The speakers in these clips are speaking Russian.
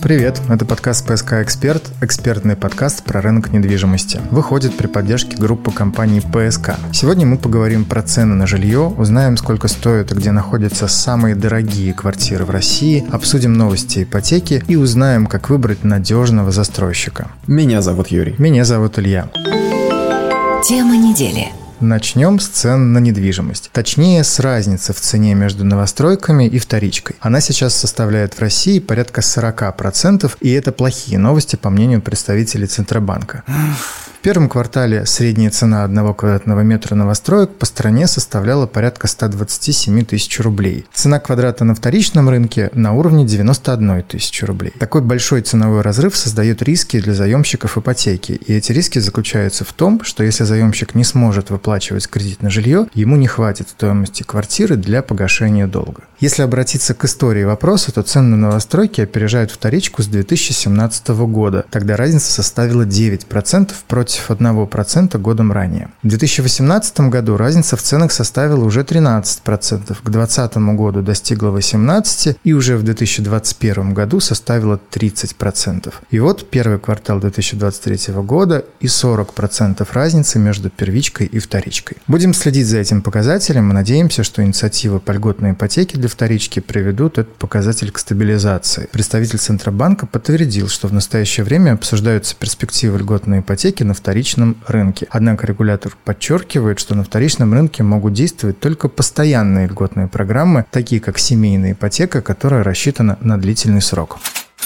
Привет, это подкаст «ПСК Эксперт», экспертный подкаст про рынок недвижимости. Выходит при поддержке группы компаний ПСК. Сегодня мы поговорим про цены на жилье, узнаем, сколько стоят и где находятся самые дорогие квартиры в России, обсудим новости ипотеки и узнаем, как выбрать надежного застройщика. Меня зовут Юрий. Меня зовут Илья. Тема недели. Начнем с цен на недвижимость. Точнее, с разницы в цене между новостройками и вторичкой. Она сейчас составляет в России порядка 40%, и это плохие новости, по мнению представителей Центробанка. В первом квартале средняя цена 1 квадратного метра новостроек по стране составляла порядка 127 тысяч рублей. Цена квадрата на вторичном рынке на уровне 91 тысячи рублей. Такой большой ценовой разрыв создает риски для заемщиков ипотеки, и эти риски заключаются в том, что если заемщик не сможет выплачивать кредит на жилье, ему не хватит стоимости квартиры для погашения долга. Если обратиться к истории вопроса, то цены на новостройки опережают вторичку с 2017 года. Тогда разница составила 9% против 1% годом ранее. В 2018 году разница в ценах составила уже 13%, к 2020 году достигла 18% и уже в 2021 году составила 30%. И вот первый квартал 2023 года и 40% разницы между первичкой и вторичкой. Будем следить за этим показателем и надеемся, что инициативы по льготной ипотеке для вторички приведут этот показатель к стабилизации. Представитель Центробанка подтвердил, что в настоящее время обсуждаются перспективы льготной ипотеки на вторичном рынке. Однако регулятор подчеркивает, что на вторичном рынке могут действовать только постоянные льготные программы, такие как семейная ипотека, которая рассчитана на длительный срок.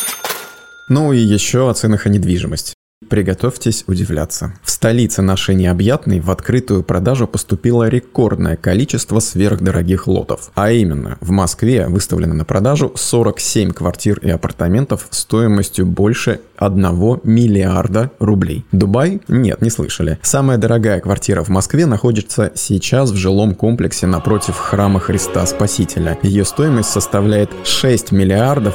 Ну и еще о ценах на недвижимость. Приготовьтесь удивляться. В столице нашей необъятной в открытую продажу поступило рекордное количество сверхдорогих лотов. А именно, в Москве выставлено на продажу 47 квартир и апартаментов стоимостью больше 1 миллиарда рублей. Дубай? Нет, не слышали. Самая дорогая квартира в Москве находится сейчас в жилом комплексе напротив храма Христа Спасителя. Ее стоимость составляет 6 миллиардов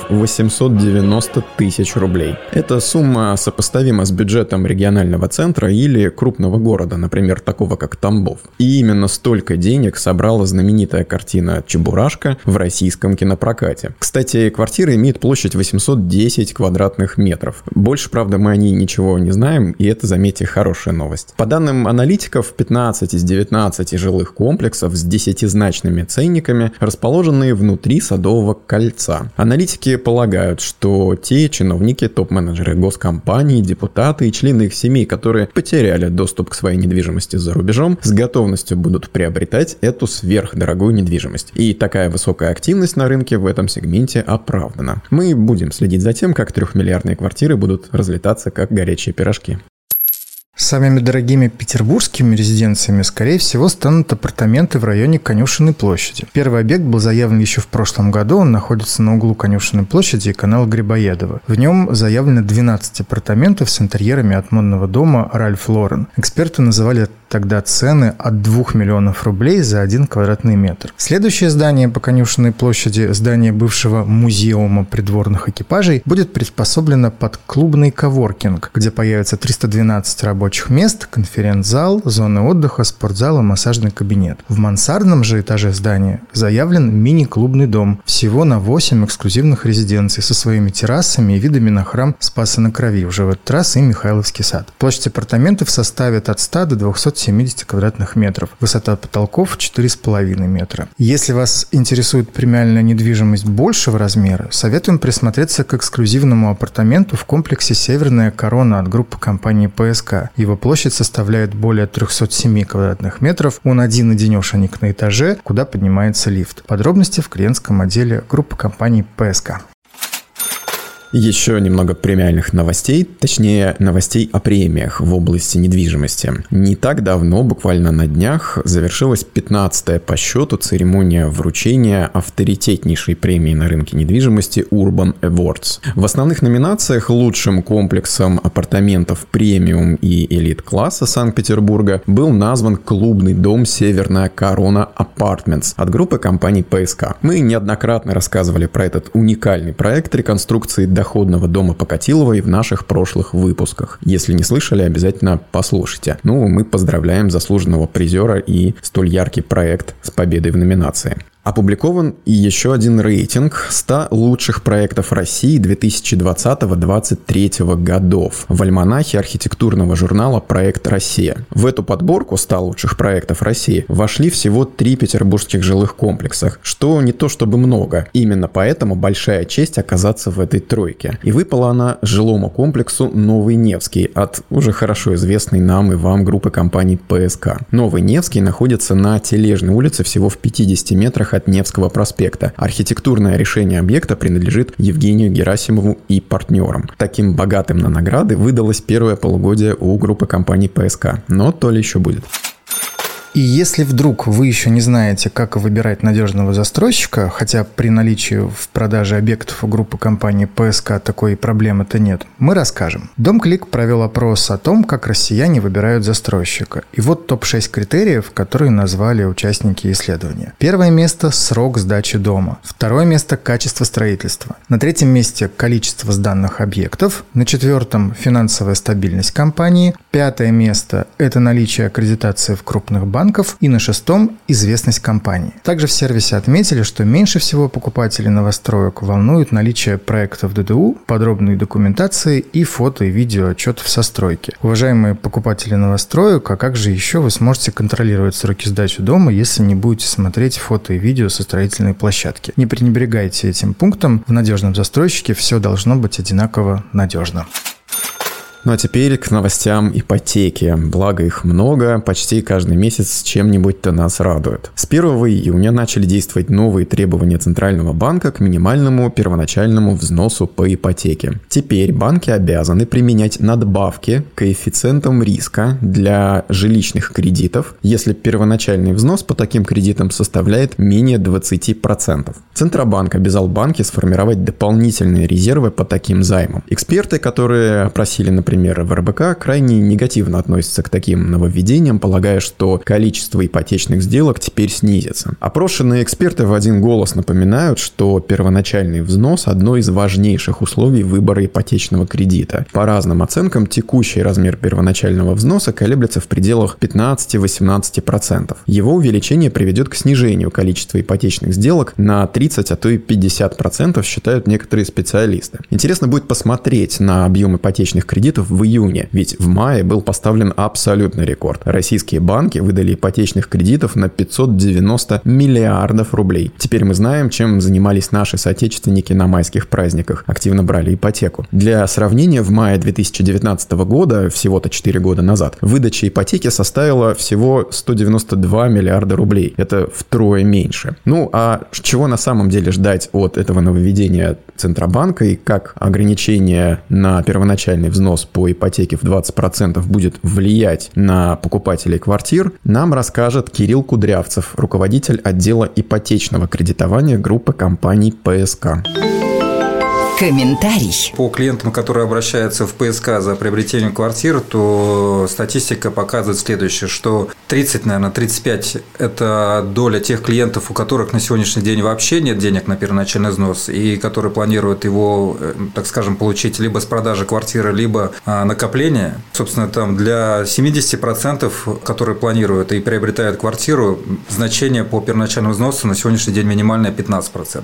890 тысяч рублей. Эта сумма сопоставима с бюджетом регионального центра или крупного города, например, такого как Тамбов. И именно столько денег собрала знаменитая картина «Чебурашка» в российском кинопрокате. Кстати, квартира имеет площадь 810 квадратных метров. Больше, правда, мы о ней ничего не знаем, и это, заметьте, хорошая новость. По данным аналитиков, 15 из 19 жилых комплексов с 10-значными ценниками, расположенные внутри Садового кольца. Аналитики полагают, что те чиновники, топ-менеджеры госкомпаний, депутаты и члены их семей, которые потеряли доступ к своей недвижимости за рубежом, с готовностью будут приобретать эту сверхдорогую недвижимость. И такая высокая активность на рынке в этом сегменте оправдана. Мы будем следить за тем, как трехмиллиардные квартиры будут разлетаться как горячие пирожки. Самыми дорогими петербургскими резиденциями, скорее всего, станут апартаменты в районе Конюшенной площади. Первый объект был заявлен еще в прошлом году, он находится на углу Конюшенной площади и канала Грибоедова. В нем заявлено 12 апартаментов с интерьерами от модного дома Ральф Лорен. Эксперты называли тогда цены от 2 миллионов рублей за 1 квадратный метр. Следующее здание по Конюшенной площади, здание бывшего музеума придворных экипажей, будет приспособлено под клубный коворкинг, где появится 312 рабочих мест, конференц-зал, зоны отдыха, спортзал и массажный кабинет. В мансардном же этаже здания заявлен мини-клубный дом, всего на 8 эксклюзивных резиденций со своими террасами и видами на храм Спаса на Крови, уже в этот раз и Михайловский сад. Площадь апартаментов составит от 100 до 270 квадратных метров, высота потолков 4,5 метра. Если вас интересует премиальная недвижимость большего размера, советуем присмотреться к эксклюзивному апартаменту в комплексе «Северная корона» от группы компании ПСК. Его площадь составляет более 307 квадратных метров, он один-одинешенек на этаже, куда поднимается лифт. Подробности в клиентском отделе группы компаний ПСК. Еще немного премиальных новостей, точнее новостей о премиях в области недвижимости. Не так давно, буквально на днях, завершилась 15-я по счету церемония вручения авторитетнейшей премии на рынке недвижимости Urban Awards. В основных номинациях лучшим комплексом апартаментов премиум и элит-класса Санкт-Петербурга был назван клубный дом «Северная корона Apartments» от группы компаний ПСК. Мы неоднократно рассказывали про этот уникальный проект реконструкции доходного дома Покатилова и в наших прошлых выпусках. Если не слышали, обязательно послушайте. Ну, мы поздравляем заслуженного призера и столь яркий проект с победой в номинации. Опубликован и еще один рейтинг 100 лучших проектов России 2020-2023 годов в альманахе архитектурного журнала «Проект Россия». В эту подборку 100 лучших проектов России вошли всего 3 петербургских жилых комплексах, что не то чтобы много. Именно поэтому большая честь оказаться в этой тройке. И выпала она жилому комплексу «Новый Невский» от уже хорошо известной нам и вам группы компаний ПСК. Новый Невский находится на Тележной улице всего в 50 метрах от Невского проспекта. Архитектурное решение объекта принадлежит Евгению Герасимову и партнерам. Таким богатым на награды выдалось первое полугодие у группы компаний ПСК. Но то ли еще будет. И если вдруг вы еще не знаете, как выбирать надежного застройщика, хотя при наличии в продаже объектов у группы компании ПСК такой проблемы-то нет, мы расскажем. Домклик провел опрос о том, как россияне выбирают застройщика. И вот топ-6 критериев, которые назвали участники исследования. Первое место – срок сдачи дома. Второе место – качество строительства. На третьем месте – количество сданных объектов. На четвертом – финансовая стабильность компании. Пятое место – это наличие аккредитации в крупных банках. И на шестом – известность компании. Также в сервисе отметили, что меньше всего покупателей новостроек волнует наличие проектов ДДУ, подробной документации и фото- и видеоотчетов со стройки. Уважаемые покупатели новостроек, а как же еще вы сможете контролировать сроки сдачи дома, если не будете смотреть фото и видео со строительной площадки? Не пренебрегайте этим пунктом. В надежном застройщике все должно быть одинаково надежно. Ну а теперь к новостям ипотеки. Благо их много, почти каждый месяц чем-нибудь-то нас радует. С 1 июня начали действовать новые требования Центрального банка к минимальному первоначальному взносу по ипотеке. Теперь банки обязаны применять надбавки к коэффициентам риска для жилищных кредитов, если первоначальный взнос по таким кредитам составляет менее 20%. Центробанк обязал банки сформировать дополнительные резервы по таким займам. Эксперты, которые опросили, например, в РБК, крайне негативно относятся к таким нововведениям, полагая, что количество ипотечных сделок теперь снизится. Опрошенные эксперты в один голос напоминают, что первоначальный взнос – одно из важнейших условий выбора ипотечного кредита. По разным оценкам, текущий размер первоначального взноса колеблется в пределах 15-18%. Его увеличение приведет к снижению количества ипотечных сделок на 30, а то и 50%, считают некоторые специалисты. Интересно будет посмотреть на объем ипотечных кредитов в июне, ведь в мае был поставлен абсолютный рекорд. Российские банки выдали ипотечных кредитов на 590 миллиардов рублей. Теперь мы знаем, чем занимались наши соотечественники на майских праздниках. Активно брали ипотеку. Для сравнения, в мае 2019 года, всего-то 4 года назад, выдача ипотеки составила всего 192 миллиарда рублей. Это втрое меньше. Ну, а чего на самом деле ждать от этого нововведения Центробанка и как ограничение на первоначальный взнос по ипотеке в 20% будет влиять на покупателей квартир, нам расскажет Кирилл Кудрявцев, руководитель отдела ипотечного кредитования группы компаний ПСК. Комментарий. По клиентам, которые обращаются в ПСК за приобретением квартир, то статистика показывает следующее, что 35% – это доля тех клиентов, у которых на сегодняшний день вообще нет денег на первоначальный взнос, и которые планируют его, так скажем, получить либо с продажи квартиры, либо накопления. Собственно, там для 70%, которые планируют и приобретают квартиру, значение по первоначальному взносу на сегодняшний день минимальное 15%.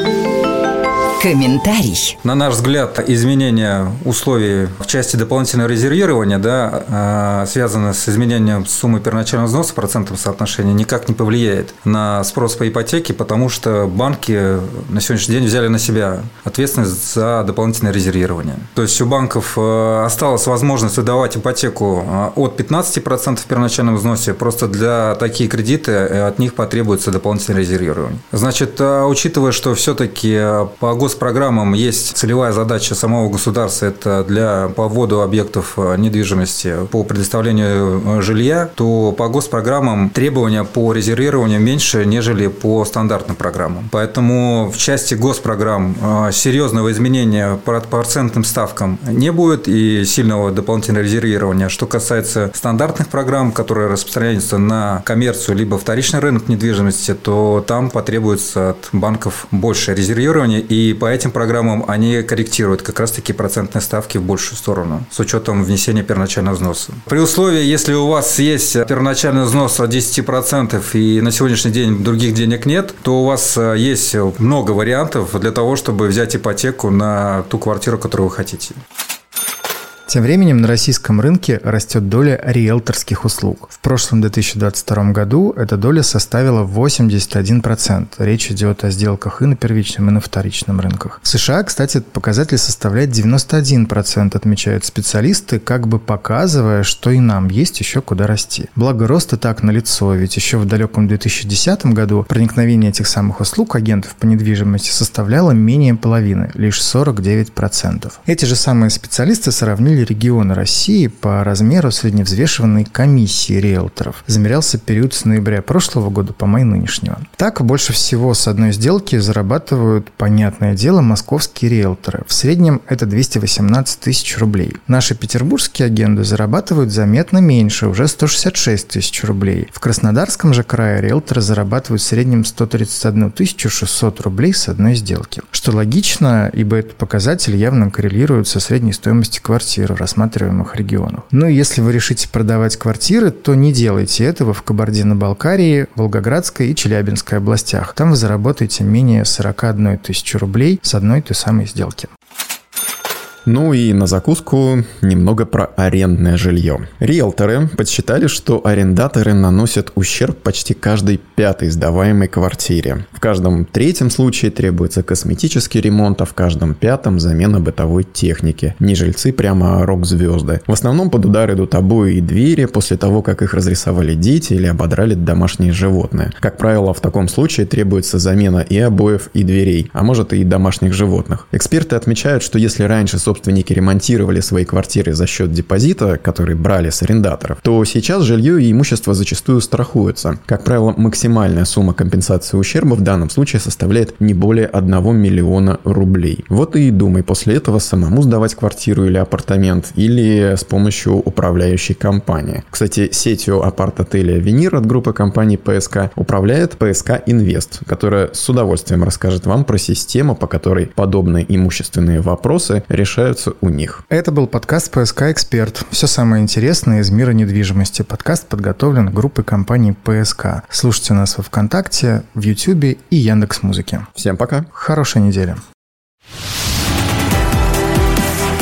Комментарий. На наш взгляд, изменение условий в части дополнительного резервирования, связанное с изменением суммы первоначального взноса в процентном соотношении, никак не повлияет на спрос по ипотеке, потому что банки на сегодняшний день взяли на себя ответственность за дополнительное резервирование. То есть у банков осталась возможность выдавать ипотеку от 15% в первоначальном взносе, просто для такие кредиты от них потребуется дополнительное резервирование. Значит, учитывая, что все-таки по госпрограммам есть целевая задача самого государства, это по вводу объектов недвижимости, по предоставлению жилья, то по госпрограммам требования по резервированию меньше, нежели по стандартным программам. Поэтому в части госпрограмм серьезного изменения по процентным ставкам не будет и сильного дополнительного резервирования. Что касается стандартных программ, которые распространяются на коммерцию либо вторичный рынок недвижимости, то там потребуется от банков больше резервирования, и по этим программам они корректируют как раз-таки процентные ставки в большую сторону с учетом внесения первоначального взноса. При условии, если у вас есть первоначальный взнос от 10% и на сегодняшний день других денег нет, то у вас есть много вариантов для того, чтобы взять ипотеку на ту квартиру, которую вы хотите. Тем временем на российском рынке растет доля риэлторских услуг. В прошлом 2022 году эта доля составила 81%. Речь идет о сделках и на первичном, и на вторичном рынках. В США, кстати, этот показатель составляет 91%, отмечают специалисты, как бы показывая, что и нам есть еще куда расти. Благо рост и так налицо, ведь еще в далеком 2010 году проникновение этих самых услуг агентов по недвижимости составляло менее половины, лишь 49%. Эти же самые специалисты сравнили регионы России по размеру средневзвешиванной комиссии риэлторов. Замерялся период с ноября прошлого года по май нынешнего. Так, больше всего с одной сделки зарабатывают, понятное дело, московские риэлторы. В среднем это 218 тысяч рублей. Наши петербургские агенты зарабатывают заметно меньше, уже 166 тысяч рублей. В Краснодарском же крае риэлторы зарабатывают в среднем 131 600 рублей с одной сделки. Что логично, ибо этот показатель явно коррелирует со средней стоимостью квартир в рассматриваемых регионах. Но если вы решите продавать квартиры, то не делайте этого в Кабардино-Балкарии, Волгоградской и Челябинской областях. Там вы заработаете менее 41 тысячи рублей с одной той самой сделки. Ну и на закуску немного про арендное жилье. Риэлторы подсчитали, что арендаторы наносят ущерб почти каждой пятой сдаваемой квартире. В каждом третьем случае требуется косметический ремонт, а в каждом пятом замена бытовой техники. Не жильцы, прямо рок-звезды. В основном под удар идут обои и двери после того, как их разрисовали дети или ободрали домашние животные. Как правило, в таком случае требуется замена и обоев, и дверей, а может и домашних животных. Эксперты отмечают, что если раньше собственники ремонтировали свои квартиры за счет депозита, который брали с арендаторов, то сейчас жилье и имущество зачастую страхуются. Как правило, максимальная сумма компенсации ущерба в данном случае составляет не более 1 миллиона рублей. Вот и думай после этого самому сдавать квартиру или апартамент, или с помощью управляющей компании. Кстати, сетью апарт-отеля «Венир» от группы компаний ПСК управляет ПСК Инвест, которая с удовольствием расскажет вам про систему, по которой подобные имущественные вопросы решаются у них. Это был подкаст «ПСК Эксперт». Все самое интересное из мира недвижимости. Подкаст подготовлен группой компаний ПСК. Слушайте нас во ВКонтакте, в Ютубе и Яндекс.Музыке. Всем пока. Хорошей недели.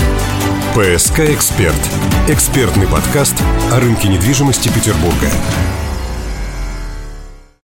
ПСК Эксперт. Экспертный подкаст о рынке недвижимости Петербурга.